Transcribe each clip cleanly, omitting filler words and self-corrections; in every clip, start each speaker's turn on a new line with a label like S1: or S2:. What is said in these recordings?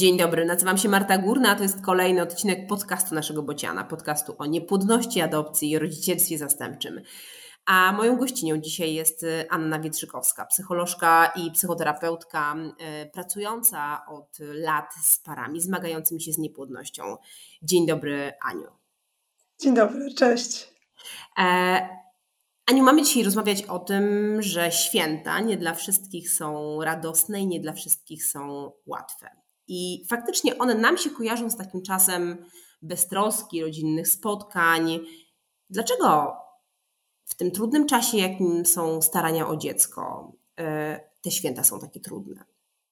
S1: Dzień dobry, nazywam się Marta Górna, a to jest kolejny odcinek podcastu naszego Bociana, podcastu o niepłodności, adopcji i rodzicielstwie zastępczym. A moją gościnią dzisiaj jest Anna Wietrzykowska, psycholożka i psychoterapeutka pracująca od lat z parami zmagającymi się z niepłodnością. Dzień dobry, Aniu.
S2: Dzień dobry, cześć.
S1: Aniu, mamy dzisiaj rozmawiać o tym, że święta nie dla wszystkich są radosne i nie dla wszystkich są łatwe. I faktycznie one nam się kojarzą z takim czasem beztroski, rodzinnych spotkań. Dlaczego w tym trudnym czasie, jakim są starania o dziecko, te święta są takie trudne?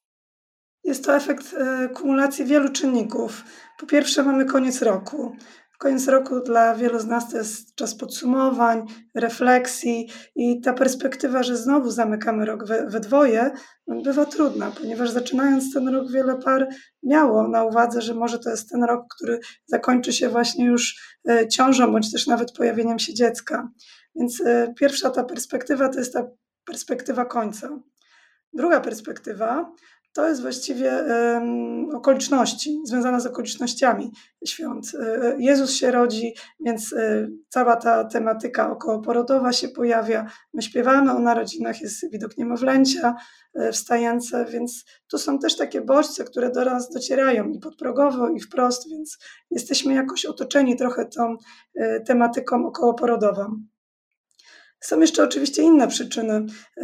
S2: Jest to efekt kumulacji wielu czynników. Po pierwsze, mamy koniec roku. Koniec roku dla wielu z nas to jest czas podsumowań, refleksji i ta perspektywa, że znowu zamykamy rok we dwoje, bywa trudna, ponieważ zaczynając ten rok wiele par miało na uwadze, że może to jest ten rok, który zakończy się właśnie już ciążą, bądź też nawet pojawieniem się dziecka. Więc pierwsza ta perspektywa to jest ta perspektywa końca. Druga perspektywa to jest właściwie okoliczności, związana z okolicznościami świąt. Jezus się rodzi, więc cała ta tematyka okołoporodowa się pojawia. My śpiewamy o narodzinach, jest widok niemowlęcia wstające, więc tu są też takie bodźce, które do nas docierają i podprogowo, i wprost, więc jesteśmy jakoś otoczeni trochę tą tematyką okołoporodową. Są jeszcze oczywiście inne przyczyny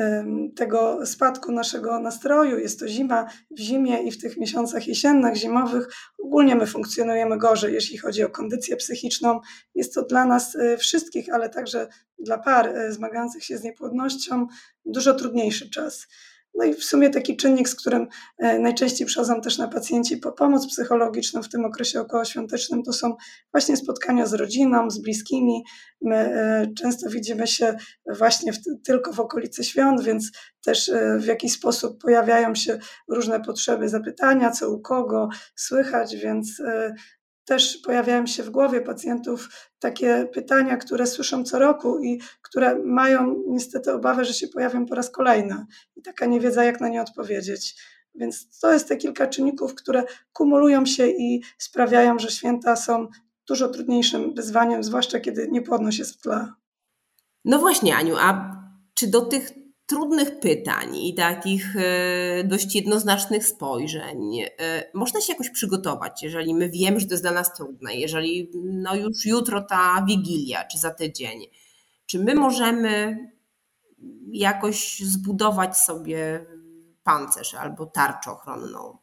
S2: tego spadku naszego nastroju. Jest to zima. W zimie i w tych miesiącach jesiennych, zimowych ogólnie my funkcjonujemy gorzej, jeśli chodzi o kondycję psychiczną. Jest to dla nas wszystkich, ale także dla par zmagających się z niepłodnością dużo trudniejszy czas. No i w sumie taki czynnik, z którym najczęściej przychodzą też na pacjenci po pomoc psychologiczną w tym okresie okołoświątecznym, to są właśnie spotkania z rodziną, z bliskimi. My często widzimy się właśnie tylko w okolicy świąt, więc też w jakiś sposób pojawiają się różne potrzeby, zapytania, co u kogo słychać, więc też pojawiają się w głowie pacjentów takie pytania, które słyszą co roku i które mają niestety obawę, że się pojawią po raz kolejny i taka niewiedza, jak na nie odpowiedzieć. Więc to jest te kilka czynników, które kumulują się i sprawiają, że święta są dużo trudniejszym wyzwaniem, zwłaszcza kiedy niepłodność jest w tle.
S1: No właśnie, Aniu, a czy do tych trudnych pytań i takich dość jednoznacznych spojrzeń można się jakoś przygotować, jeżeli my wiemy, że to jest dla nas trudne, jeżeli już jutro ta Wigilia, czy za tydzień, czy my możemy jakoś zbudować sobie pancerz albo tarczę ochronną?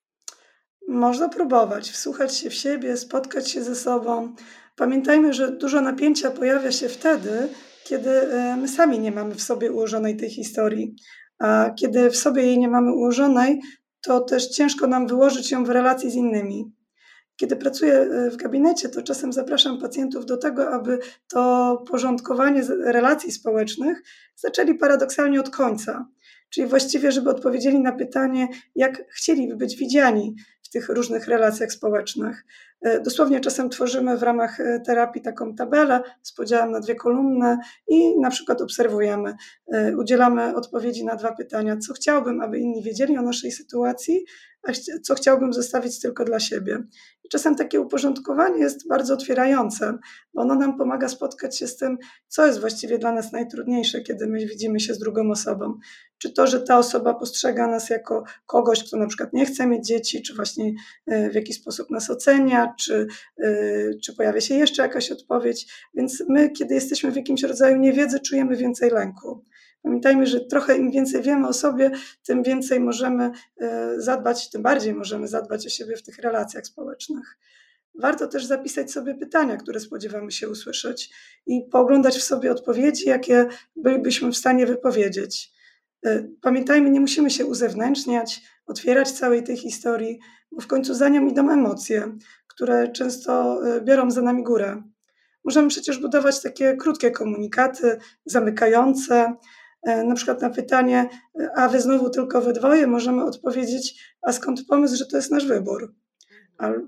S2: Można próbować, wsłuchać się w siebie, spotkać się ze sobą. Pamiętajmy, że dużo napięcia pojawia się wtedy, kiedy my sami nie mamy w sobie ułożonej tej historii. A kiedy w sobie jej nie mamy ułożonej, to też ciężko nam wyłożyć ją w relacji z innymi. Kiedy pracuję w gabinecie, to czasem zapraszam pacjentów do tego, aby to porządkowanie relacji społecznych zaczęli paradoksalnie od końca. Czyli właściwie, żeby odpowiedzieli na pytanie, jak chcieliby być widziani w tych różnych relacjach społecznych. Dosłownie czasem tworzymy w ramach terapii taką tabelę z podziałem na 2 kolumny i na przykład obserwujemy, udzielamy odpowiedzi na 2 pytania, co chciałbym, aby inni wiedzieli o naszej sytuacji, a co chciałbym zostawić tylko dla siebie. I czasem takie uporządkowanie jest bardzo otwierające, bo ono nam pomaga spotkać się z tym, co jest właściwie dla nas najtrudniejsze, kiedy my widzimy się z drugą osobą. Czy to, że ta osoba postrzega nas jako kogoś, kto na przykład nie chce mieć dzieci, czy właśnie w jakiś sposób nas ocenia, czy pojawia się jeszcze jakaś odpowiedź. Więc my, kiedy jesteśmy w jakimś rodzaju niewiedzy, czujemy więcej lęku. Pamiętajmy, że trochę im więcej wiemy o sobie, tym więcej możemy zadbać, tym bardziej możemy zadbać o siebie w tych relacjach społecznych. Warto też zapisać sobie pytania, które spodziewamy się usłyszeć i pooglądać w sobie odpowiedzi, jakie bylibyśmy w stanie wypowiedzieć. Pamiętajmy, nie musimy się uzewnętrzniać, otwierać całej tej historii, bo w końcu za nią idą emocje, które często biorą za nami górę. Możemy przecież budować takie krótkie komunikaty, zamykające. Na przykład na pytanie, a wy znowu tylko we dwoje, możemy odpowiedzieć, a skąd pomysł, że to jest nasz wybór?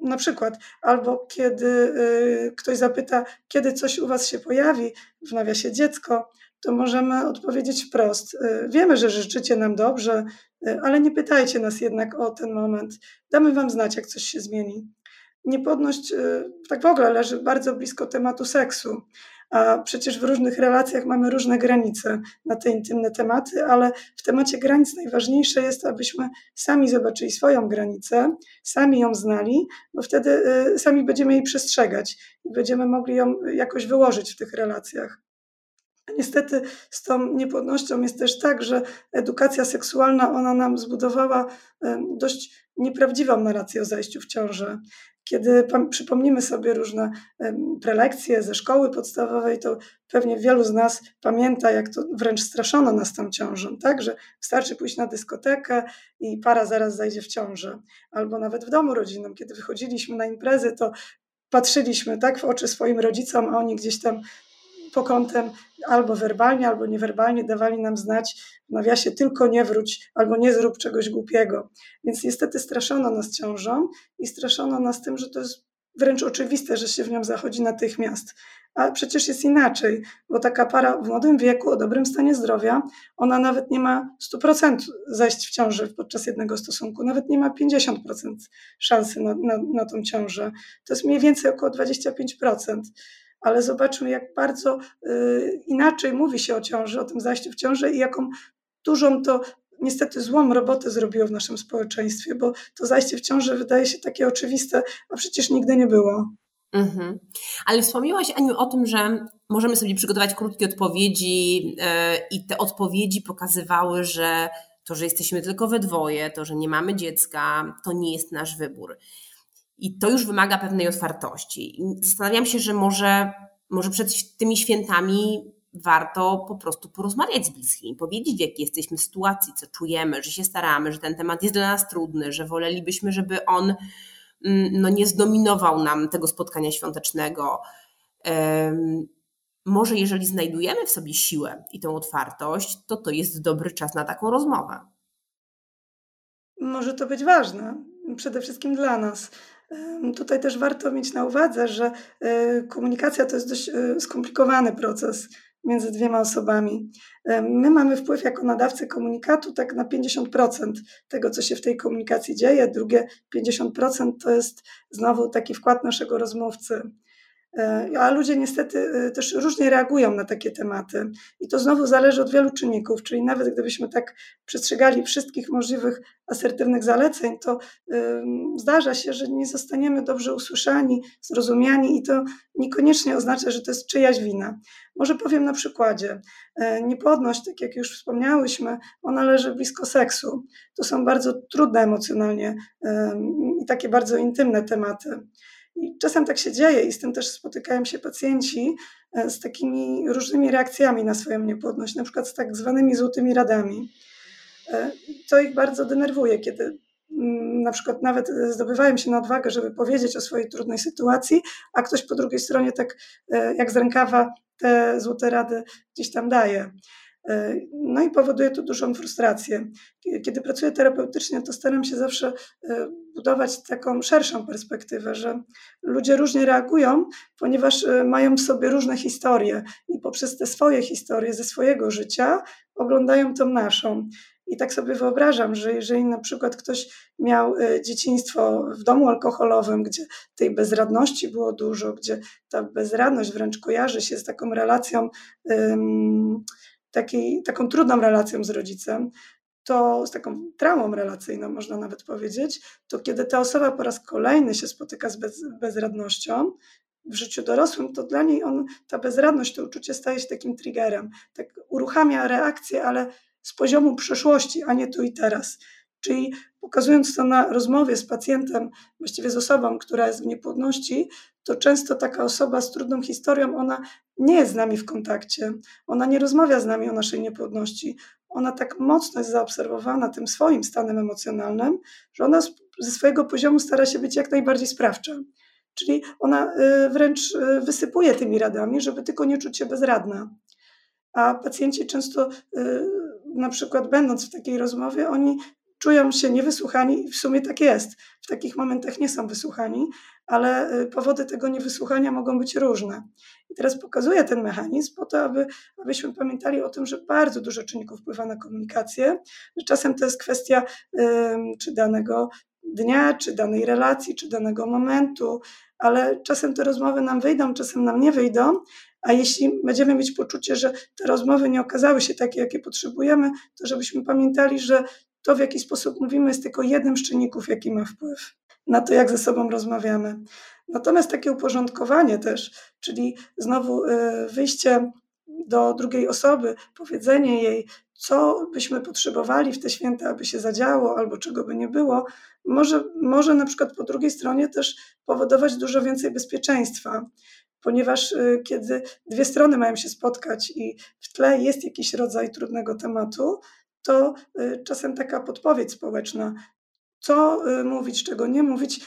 S2: na przykład, albo kiedy ktoś zapyta, kiedy coś u was się pojawi, w nawiasie dziecko, to możemy odpowiedzieć wprost. Wiemy, że życzycie nam dobrze, ale nie pytajcie nas jednak o ten moment. Damy wam znać, jak coś się zmieni. Niepłodność tak w ogóle leży bardzo blisko tematu seksu, a przecież w różnych relacjach mamy różne granice na te intymne tematy, ale w temacie granic najważniejsze jest, abyśmy sami zobaczyli swoją granicę, sami ją znali, bo wtedy sami będziemy jej przestrzegać i będziemy mogli ją jakoś wyłożyć w tych relacjach. Niestety z tą niepłodnością jest też tak, że edukacja seksualna, ona nam zbudowała dość nieprawdziwą narrację o zajściu w ciążę. Kiedy przypomnimy sobie różne prelekcje ze szkoły podstawowej, to pewnie wielu z nas pamięta, jak to wręcz straszono nas tą ciążą, tak? Że wystarczy pójść na dyskotekę i para zaraz zajdzie w ciążę. Albo nawet w domu rodzinnym, kiedy wychodziliśmy na imprezy, to patrzyliśmy tak w oczy swoim rodzicom, a oni gdzieś tam pokątem albo werbalnie, albo niewerbalnie dawali nam znać w nawiasie tylko nie wróć, albo nie zrób czegoś głupiego. Więc niestety straszono nas ciążą i straszono nas tym, że to jest wręcz oczywiste, że się w nią zachodzi natychmiast. A przecież jest inaczej, bo taka para w młodym wieku, o dobrym stanie zdrowia, ona nawet nie ma 100% zajść w ciążę podczas jednego stosunku, nawet nie ma 50% szansy na tą ciążę. To jest mniej więcej około 25%. Ale zobaczmy, jak bardzo inaczej mówi się o ciąży, o tym zajściu w ciążę i jaką dużą to niestety złą robotę zrobiło w naszym społeczeństwie, bo to zajście w ciążę wydaje się takie oczywiste, a przecież nigdy nie było.
S1: Mhm. Ale wspomniałaś, Aniu, o tym, że możemy sobie przygotować krótkie odpowiedzi i te odpowiedzi pokazywały, że to, że jesteśmy tylko we dwoje, to, że nie mamy dziecka, to nie jest nasz wybór. I to już wymaga pewnej otwartości. I zastanawiam się, że może przed tymi świętami warto po prostu porozmawiać z bliskimi, powiedzieć, w jakiej jesteśmy sytuacji, co czujemy, że się staramy, że ten temat jest dla nas trudny, że wolelibyśmy, żeby on nie zdominował nam tego spotkania świątecznego. Może jeżeli znajdujemy w sobie siłę i tę otwartość, to jest dobry czas na taką rozmowę.
S2: Może to być ważne, przede wszystkim dla nas. Tutaj też warto mieć na uwadze, że komunikacja to jest dość skomplikowany proces między dwiema osobami. My mamy wpływ jako nadawcy komunikatu tak na 50% tego, co się w tej komunikacji dzieje. Drugie 50% to jest znowu taki wkład naszego rozmówcy. A ludzie niestety też różnie reagują na takie tematy i to znowu zależy od wielu czynników, czyli nawet gdybyśmy tak przestrzegali wszystkich możliwych asertywnych zaleceń, to zdarza się, że nie zostaniemy dobrze usłyszani, zrozumiani i to niekoniecznie oznacza, że to jest czyjaś wina. Może powiem na przykładzie. Niepłodność, tak jak już wspomniałyśmy, ona leży blisko seksu. To są bardzo trudne emocjonalnie i takie bardzo intymne tematy. I czasem tak się dzieje i z tym też spotykają się pacjenci z takimi różnymi reakcjami na swoją niepłodność, na przykład z tak zwanymi złotymi radami. To ich bardzo denerwuje, kiedy na przykład nawet zdobywają się na odwagę, żeby powiedzieć o swojej trudnej sytuacji, a ktoś po drugiej stronie tak jak z rękawa te złote rady gdzieś tam daje. No i powoduje to dużą frustrację. Kiedy pracuję terapeutycznie, to staram się zawsze budować taką szerszą perspektywę, że ludzie różnie reagują, ponieważ mają w sobie różne historie i poprzez te swoje historie ze swojego życia oglądają tą naszą. I tak sobie wyobrażam, że jeżeli na przykład ktoś miał dzieciństwo w domu alkoholowym, gdzie tej bezradności było dużo, gdzie ta bezradność wręcz kojarzy się z taką relacją, taką trudną relacją z rodzicem, to z taką traumą relacyjną można nawet powiedzieć, to kiedy ta osoba po raz kolejny się spotyka z bezradnością w życiu dorosłym, to dla niej ta bezradność, to uczucie staje się takim triggerem. Tak uruchamia reakcję, ale z poziomu przeszłości, a nie tu i teraz. Czyli pokazując to na rozmowie z pacjentem, właściwie z osobą, która jest w niepłodności, to często taka osoba z trudną historią, ona nie jest z nami w kontakcie, ona nie rozmawia z nami o naszej niepłodności, ona tak mocno jest zaobserwowana tym swoim stanem emocjonalnym, że ona ze swojego poziomu stara się być jak najbardziej sprawcza. Czyli ona wręcz wysypuje tymi radami, żeby tylko nie czuć się bezradna. A pacjenci często, na przykład będąc w takiej rozmowie, oni czują się niewysłuchani i w sumie tak jest. W takich momentach nie są wysłuchani, ale powody tego niewysłuchania mogą być różne. I teraz pokazuję ten mechanizm po to, abyśmy pamiętali o tym, że bardzo dużo czynników wpływa na komunikację, że czasem to jest kwestia czy danego dnia, czy danej relacji, czy danego momentu, ale czasem te rozmowy nam wyjdą, czasem nam nie wyjdą, a jeśli będziemy mieć poczucie, że te rozmowy nie okazały się takie, jakie potrzebujemy, to żebyśmy pamiętali, że to, w jaki sposób mówimy, jest tylko jednym z czynników, jaki ma wpływ na to, jak ze sobą rozmawiamy. Natomiast takie uporządkowanie też, czyli znowu wyjście do drugiej osoby, powiedzenie jej, co byśmy potrzebowali w te święta, aby się zadziało, albo czego by nie było, może na przykład po drugiej stronie też powodować dużo więcej bezpieczeństwa, ponieważ kiedy dwie strony mają się spotkać i w tle jest jakiś rodzaj trudnego tematu, to czasem taka podpowiedź społeczna, co mówić, czego nie mówić,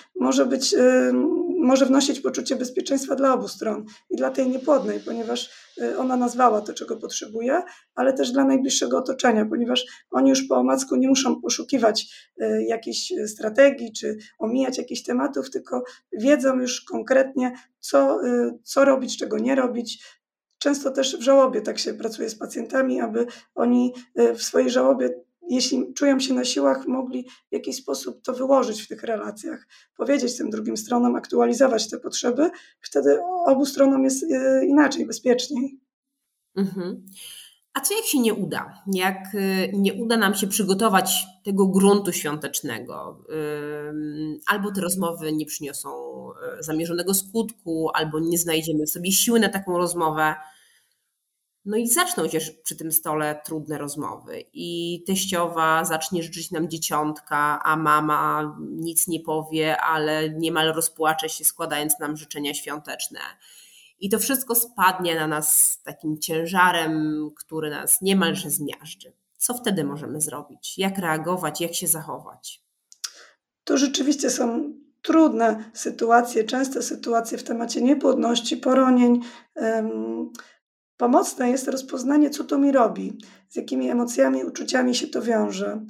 S2: może wnosić poczucie bezpieczeństwa dla obu stron i dla tej niepłodnej, ponieważ ona nazwała to, czego potrzebuje, ale też dla najbliższego otoczenia, ponieważ oni już po omacku nie muszą poszukiwać jakichś strategii czy omijać jakichś tematów, tylko wiedzą już konkretnie, co robić, czego nie robić. Często też w żałobie tak się pracuje z pacjentami, aby oni w swojej żałobie, jeśli czują się na siłach, mogli w jakiś sposób to wyłożyć w tych relacjach, powiedzieć tym drugim stronom, aktualizować te potrzeby, wtedy obu stronom jest inaczej, bezpieczniej.
S1: Mhm. A co jak się nie uda? Jak nie uda nam się przygotować tego gruntu świątecznego, albo te rozmowy nie przyniosą zamierzonego skutku, albo nie znajdziemy w sobie siły na taką rozmowę, no i zaczną się przy tym stole trudne rozmowy i teściowa zacznie życzyć nam dzieciątka, a mama nic nie powie, ale niemal rozpłacze się, składając nam życzenia świąteczne. I to wszystko spadnie na nas takim ciężarem, który nas niemalże zmiażdży. Co wtedy możemy zrobić? Jak reagować? Jak się zachować?
S2: To rzeczywiście są trudne sytuacje, częste sytuacje w temacie niepłodności, poronień. Pomocne jest rozpoznanie, co to mi robi, z jakimi emocjami, uczuciami się to wiąże.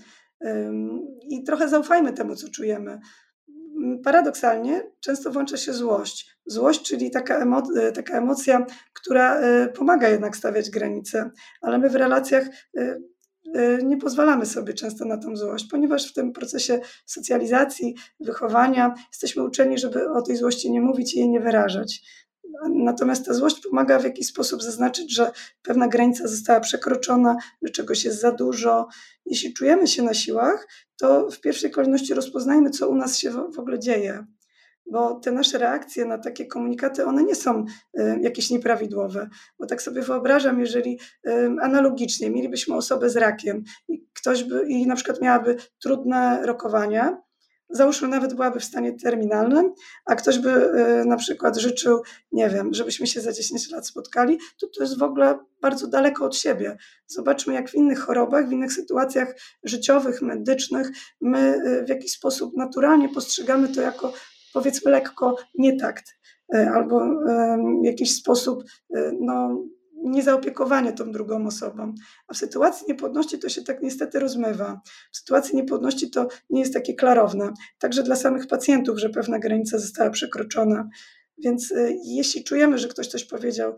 S2: I trochę zaufajmy temu, co czujemy. Paradoksalnie często włącza się złość. Złość, czyli taka emocja, która pomaga jednak stawiać granice, ale my w relacjach nie pozwalamy sobie często na tą złość, ponieważ w tym procesie socjalizacji, wychowania jesteśmy uczeni, żeby o tej złości nie mówić i jej nie wyrażać. Natomiast ta złość pomaga w jakiś sposób zaznaczyć, że pewna granica została przekroczona, że czegoś jest za dużo. Jeśli czujemy się na siłach, to w pierwszej kolejności rozpoznajmy, co u nas się w ogóle dzieje, bo te nasze reakcje na takie komunikaty, one nie są jakieś nieprawidłowe, bo tak sobie wyobrażam, jeżeli analogicznie mielibyśmy osobę z rakiem i na przykład miałaby trudne rokowania, załóżmy nawet byłaby w stanie terminalnym, a ktoś by na przykład życzył, nie wiem, żebyśmy się za 10 lat spotkali, to jest w ogóle bardzo daleko od siebie. Zobaczmy, jak w innych chorobach, w innych sytuacjach życiowych, medycznych, my w jakiś sposób naturalnie postrzegamy to jako, powiedzmy, lekko nietakt albo w jakiś sposób niezaopiekowanie tą drugą osobą. A w sytuacji niepłodności to się tak niestety rozmywa. W sytuacji niepłodności to nie jest takie klarowne. Także dla samych pacjentów, że pewna granica została przekroczona. Więc jeśli czujemy, że ktoś coś powiedział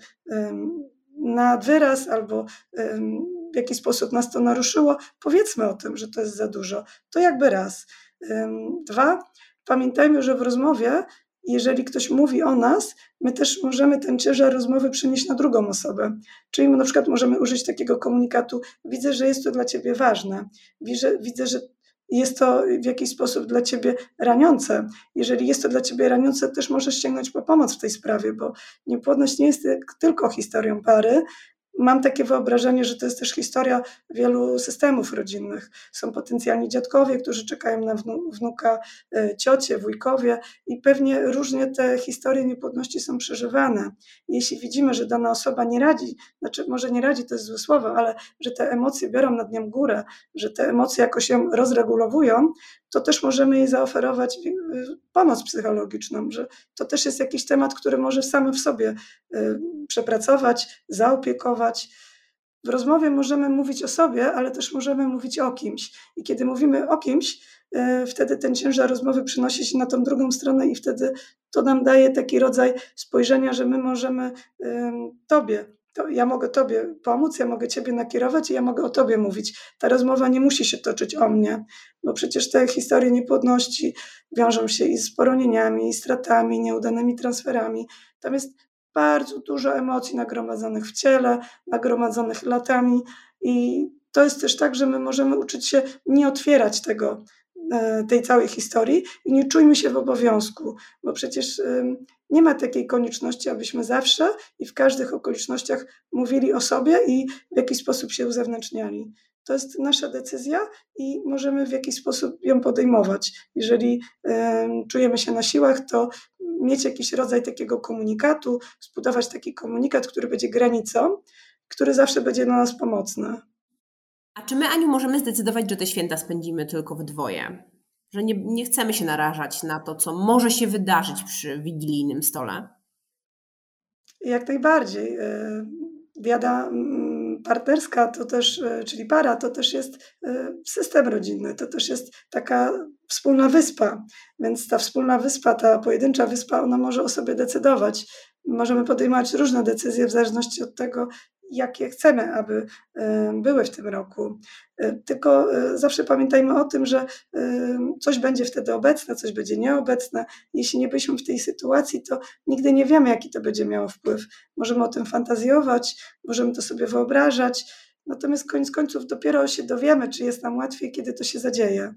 S2: na wyraz albo w jakiś sposób nas to naruszyło, powiedzmy o tym, że to jest za dużo. To jakby raz. 2, pamiętajmy, że w rozmowie, jeżeli ktoś mówi o nas, my też możemy ten ciężar rozmowy przenieść na drugą osobę. Czyli my na przykład możemy użyć takiego komunikatu: widzę, że jest to dla ciebie ważne, widzę, że jest to w jakiś sposób dla ciebie raniące. Jeżeli jest to dla ciebie raniące, też możesz sięgnąć po pomoc w tej sprawie, bo niepłodność nie jest tylko historią pary. Mam takie wyobrażenie, że to jest też historia wielu systemów rodzinnych. Są potencjalni dziadkowie, którzy czekają na wnuka, ciocie, wujkowie i pewnie różnie te historie niepłodności są przeżywane. Jeśli widzimy, że dana osoba nie radzi, znaczy może nie radzi, to jest złe słowo, ale że te emocje biorą nad nią górę, że te emocje jakoś ją rozregulowują, to też możemy jej zaoferować pomoc psychologiczną, że to też jest jakiś temat, który może sam w sobie przepracować, zaopiekować. W rozmowie możemy mówić o sobie, ale też możemy mówić o kimś. I kiedy mówimy o kimś, wtedy ten ciężar rozmowy przenosi się na tą drugą stronę i wtedy to nam daje taki rodzaj spojrzenia, że my możemy ja mogę Tobie pomóc, ja mogę Ciebie nakierować i ja mogę o Tobie mówić. Ta rozmowa nie musi się toczyć o mnie, bo przecież te historie niepłodności wiążą się i z poronieniami, i stratami, nieudanymi transferami. Tam jest bardzo dużo emocji nagromadzonych w ciele, nagromadzonych latami i to jest też tak, że my możemy uczyć się nie otwierać tej całej historii i nie czujmy się w obowiązku, bo przecież nie ma takiej konieczności, abyśmy zawsze i w każdych okolicznościach mówili o sobie i w jakiś sposób się uzewnętrzniali. To jest nasza decyzja i możemy w jakiś sposób ją podejmować. Jeżeli czujemy się na siłach, to mieć jakiś rodzaj takiego komunikatu, zbudować taki komunikat, który będzie granicą, który zawsze będzie dla nas pomocny.
S1: A czy my, Aniu, możemy zdecydować, że te święta spędzimy tylko we dwoje? Że nie chcemy się narażać na to, co może się wydarzyć przy wigilijnym stole?
S2: Jak najbardziej. Diada partnerska to też, czyli para, to też jest system rodzinny, to też jest taka wspólna wyspa, więc ta wspólna wyspa, ta pojedyncza wyspa, ona może o sobie decydować. Możemy podejmować różne decyzje w zależności od tego, jakie chcemy, aby były w tym roku. Tylko zawsze pamiętajmy o tym, że coś będzie wtedy obecne, coś będzie nieobecne. Jeśli nie byliśmy w tej sytuacji, to nigdy nie wiemy, jaki to będzie miało wpływ. Możemy o tym fantazjować, możemy to sobie wyobrażać, natomiast koniec końców dopiero się dowiemy, czy jest nam łatwiej, kiedy to się zadzieje.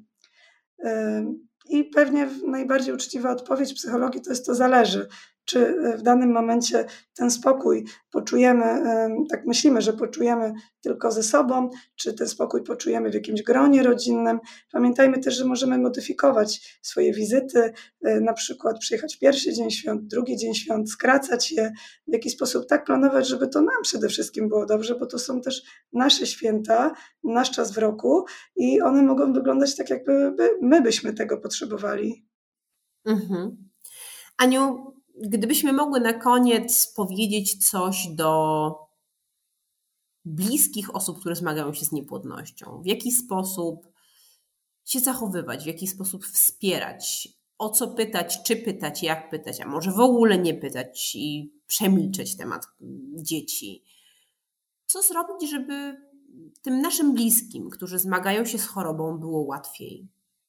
S2: I pewnie najbardziej uczciwa odpowiedź psychologii to jest to zależy, czy w danym momencie ten spokój poczujemy, tak myślimy, że poczujemy tylko ze sobą, czy ten spokój poczujemy w jakimś gronie rodzinnym. Pamiętajmy też, że możemy modyfikować swoje wizyty, na przykład przyjechać w pierwszy dzień świąt, drugi dzień świąt, skracać je, w jakiś sposób tak planować, żeby to nam przede wszystkim było dobrze, bo to są też nasze święta, nasz czas w roku i one mogą wyglądać tak, jakby my byśmy tego potrzebowali.
S1: Aniu, gdybyśmy mogły na koniec powiedzieć coś do bliskich osób, które zmagają się z niepłodnością, w jaki sposób się zachowywać, w jaki sposób wspierać, o co pytać, czy pytać, jak pytać, a może w ogóle nie pytać i przemilczeć temat dzieci. Co zrobić, żeby tym naszym bliskim, którzy zmagają się z chorobą, było łatwiej?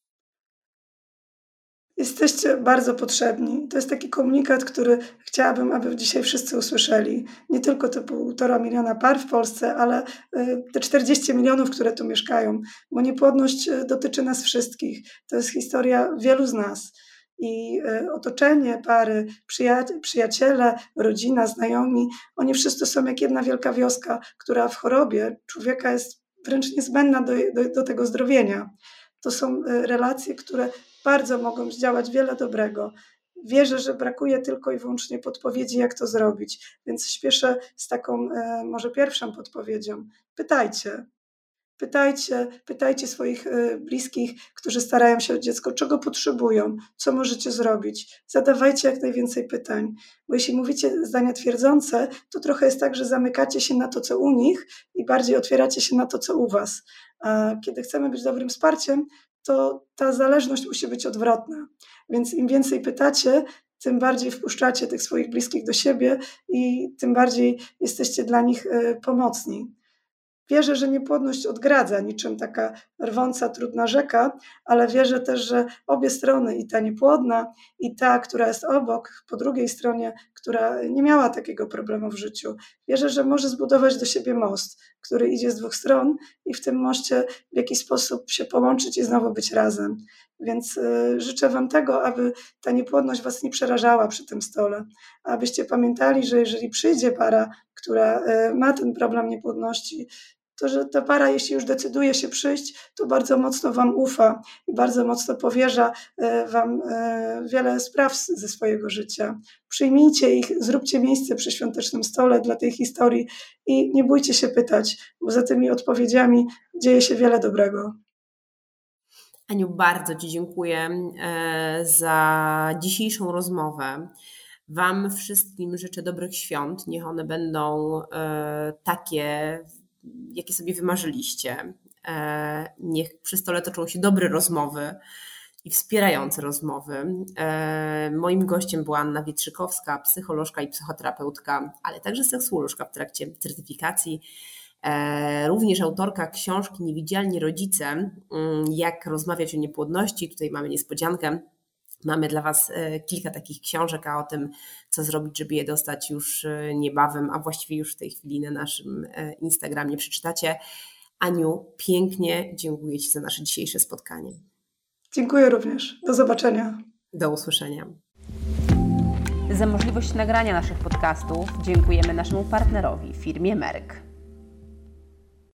S2: Jesteście bardzo potrzebni. To jest taki komunikat, który chciałabym, aby dzisiaj wszyscy usłyszeli. Nie tylko te 1,5 miliona par w Polsce, ale te 40 milionów, które tu mieszkają, bo niepłodność dotyczy nas wszystkich. To jest historia wielu z nas. I otoczenie pary, przyjaciele, rodzina, znajomi, oni wszyscy są jak jedna wielka wioska, która w chorobie człowieka jest wręcz niezbędna do tego zdrowienia. To są relacje, które bardzo mogą zdziałać wiele dobrego. Wierzę, że brakuje tylko i wyłącznie podpowiedzi, jak to zrobić, więc śpieszę z taką może pierwszą podpowiedzią. Pytajcie swoich bliskich, którzy starają się o dziecko, czego potrzebują, co możecie zrobić. Zadawajcie jak najwięcej pytań, bo jeśli mówicie zdania twierdzące, to trochę jest tak, że zamykacie się na to, co u nich i bardziej otwieracie się na to, co u was. A kiedy chcemy być dobrym wsparciem, to ta zależność musi być odwrotna. Więc im więcej pytacie, tym bardziej wpuszczacie tych swoich bliskich do siebie i tym bardziej jesteście dla nich pomocni. Wierzę, że niepłodność odgradza niczym taka rwąca, trudna rzeka, ale wierzę też, że obie strony, i ta niepłodna, i ta, która jest obok, po drugiej stronie, która nie miała takiego problemu w życiu, wierzę, że może zbudować do siebie most, który idzie z dwóch stron i w tym moście w jakiś sposób się połączyć i znowu być razem. Więc życzę wam tego, aby ta niepłodność was nie przerażała przy tym stole, abyście pamiętali, że jeżeli przyjdzie para, która ma ten problem niepłodności, to że ta para, jeśli już decyduje się przyjść, to bardzo mocno wam ufa i bardzo mocno powierza wam wiele spraw ze swojego życia. Przyjmijcie ich, zróbcie miejsce przy świątecznym stole dla tej historii i nie bójcie się pytać, bo za tymi odpowiedziami dzieje się wiele dobrego.
S1: Aniu, bardzo ci dziękuję za dzisiejszą rozmowę. Wam wszystkim życzę dobrych świąt. Niech one będą takie jakie sobie wymarzyliście. Niech przy stole toczą się dobre rozmowy i wspierające rozmowy. Moim gościem była Anna Wietrzykowska, psycholożka i psychoterapeutka, ale także seksuolożka w trakcie certyfikacji. Również autorka książki Niewidzialni rodzice, jak rozmawiać o niepłodności. Tutaj mamy niespodziankę. Mamy dla Was kilka takich książek, a o tym, co zrobić, żeby je dostać już niebawem, a właściwie już w tej chwili na naszym Instagramie przeczytacie. Aniu, pięknie dziękuję Ci za nasze dzisiejsze spotkanie.
S2: Dziękuję również. Do zobaczenia.
S1: Do usłyszenia.
S3: Za możliwość nagrania naszych podcastów dziękujemy naszemu partnerowi, firmie Merck.